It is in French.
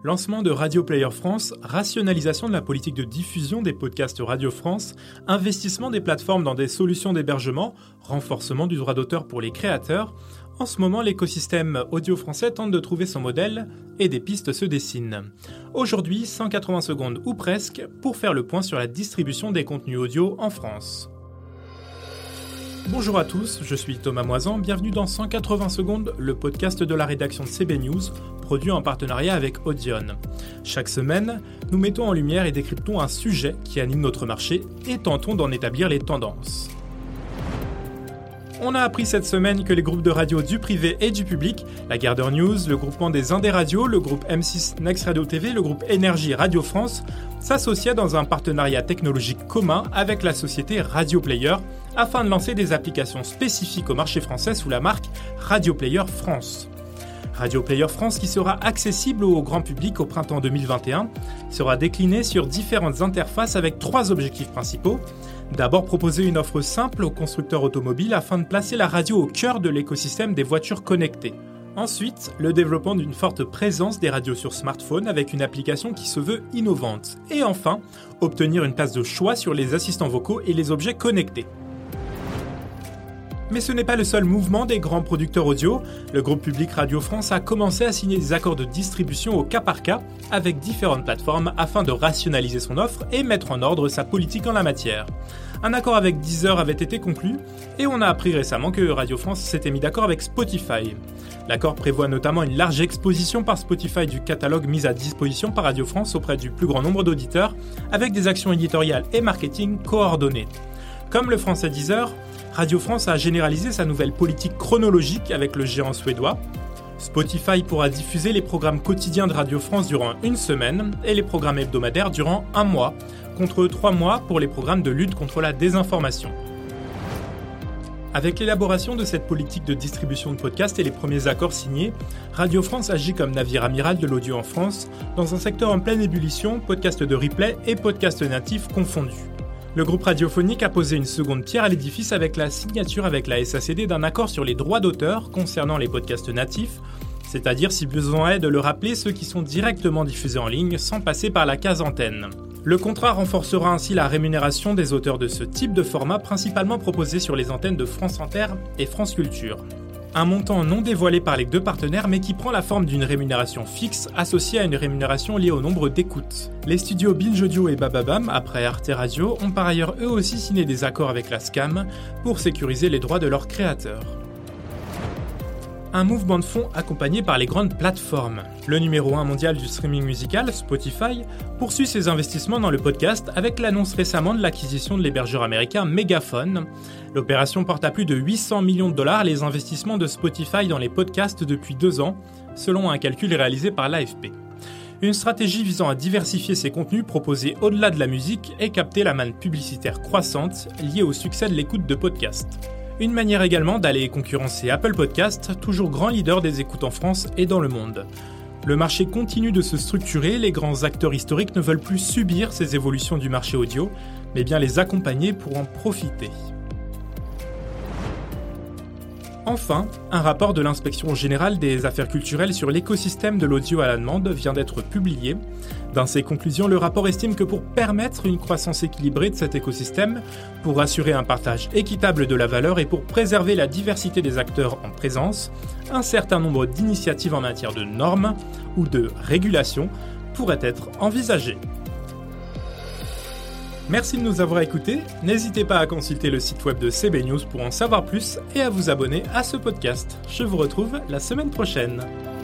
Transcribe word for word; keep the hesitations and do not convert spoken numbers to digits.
Lancement de Radio Player France, rationalisation de la politique de diffusion des podcasts Radio France, investissement des plateformes dans des solutions d'hébergement, renforcement du droit d'auteur pour les créateurs. En ce moment, l'écosystème audio français tente de trouver son modèle et des pistes se dessinent. Aujourd'hui, cent quatre-vingts secondes ou presque pour faire le point sur la distribution des contenus audio en France. Bonjour à tous, je suis Thomas Moisan, bienvenue dans cent quatre-vingts secondes, le podcast de la rédaction de C B News, produit en partenariat avec Audion. Chaque semaine, nous mettons en lumière et décryptons un sujet qui anime notre marché et tentons d'en établir les tendances. On a appris cette semaine que les groupes de radio du privé et du public, la Gardeur News, le groupement des Indés Radio, le groupe M six Next Radio T V, le groupe Énergie Radio France, s'associaient dans un partenariat technologique commun avec la société Radio Player afin de lancer des applications spécifiques au marché français sous la marque Radio Player France. Radio Player France, qui sera accessible au grand public au printemps deux mille vingt et un, sera décliné sur différentes interfaces avec trois objectifs principaux. D'abord, proposer une offre simple aux constructeurs automobiles afin de placer la radio au cœur de l'écosystème des voitures connectées. Ensuite, le développement d'une forte présence des radios sur smartphone avec une application qui se veut innovante. Et enfin, obtenir une place de choix sur les assistants vocaux et les objets connectés. Mais ce n'est pas le seul mouvement des grands producteurs audio. Le groupe public Radio France a commencé à signer des accords de distribution au cas par cas avec différentes plateformes afin de rationaliser son offre et mettre en ordre sa politique en la matière. Un accord avec Deezer avait été conclu et on a appris récemment que Radio France s'était mis d'accord avec Spotify. L'accord prévoit notamment une large exposition par Spotify du catalogue mis à disposition par Radio France auprès du plus grand nombre d'auditeurs avec des actions éditoriales et marketing coordonnées. Comme le français Deezer, Radio France a généralisé sa nouvelle politique chronologique avec le géant suédois. Spotify pourra diffuser les programmes quotidiens de Radio France durant une semaine et les programmes hebdomadaires durant un mois, contre trois mois pour les programmes de lutte contre la désinformation. Avec l'élaboration de cette politique de distribution de podcasts et les premiers accords signés, Radio France agit comme navire amiral de l'audio en France, dans un secteur en pleine ébullition, podcasts de replay et podcasts natifs confondus. Le groupe radiophonique a posé une seconde pierre à l'édifice avec la signature avec la S A C D d'un accord sur les droits d'auteur concernant les podcasts natifs, c'est-à-dire si besoin est de le rappeler ceux qui sont directement diffusés en ligne sans passer par la case antenne. Le contrat renforcera ainsi la rémunération des auteurs de ce type de format principalement proposé sur les antennes de France Inter et France Culture. Un montant non dévoilé par les deux partenaires mais qui prend la forme d'une rémunération fixe associée à une rémunération liée au nombre d'écoutes. Les studios Binge Audio et Bababam, après Arte Radio, ont par ailleurs eux aussi signé des accords avec la SCAM pour sécuriser les droits de leurs créateurs. Un mouvement de fond accompagné par les grandes plateformes. Le numéro un mondial du streaming musical, Spotify, poursuit ses investissements dans le podcast avec l'annonce récemment de l'acquisition de l'hébergeur américain Megaphone. L'opération porte à plus de huit cents millions de dollars les investissements de Spotify dans les podcasts depuis deux ans, selon un calcul réalisé par l'A F P. Une stratégie visant à diversifier ses contenus proposés au-delà de la musique et capter la manne publicitaire croissante liée au succès de l'écoute de podcasts. Une manière également d'aller concurrencer Apple Podcasts, toujours grand leader des écoutes en France et dans le monde. Le marché continue de se structurer, les grands acteurs historiques ne veulent plus subir ces évolutions du marché audio, mais bien les accompagner pour en profiter. Enfin, un rapport de l'Inspection générale des affaires culturelles sur l'écosystème de l'audio à la demande vient d'être publié. Dans ses conclusions, le rapport estime que pour permettre une croissance équilibrée de cet écosystème, pour assurer un partage équitable de la valeur et pour préserver la diversité des acteurs en présence, un certain nombre d'initiatives en matière de normes ou de régulation pourraient être envisagées. Merci de nous avoir écoutés, n'hésitez pas à consulter le site web de C B News pour en savoir plus et à vous abonner à ce podcast. Je vous retrouve la semaine prochaine.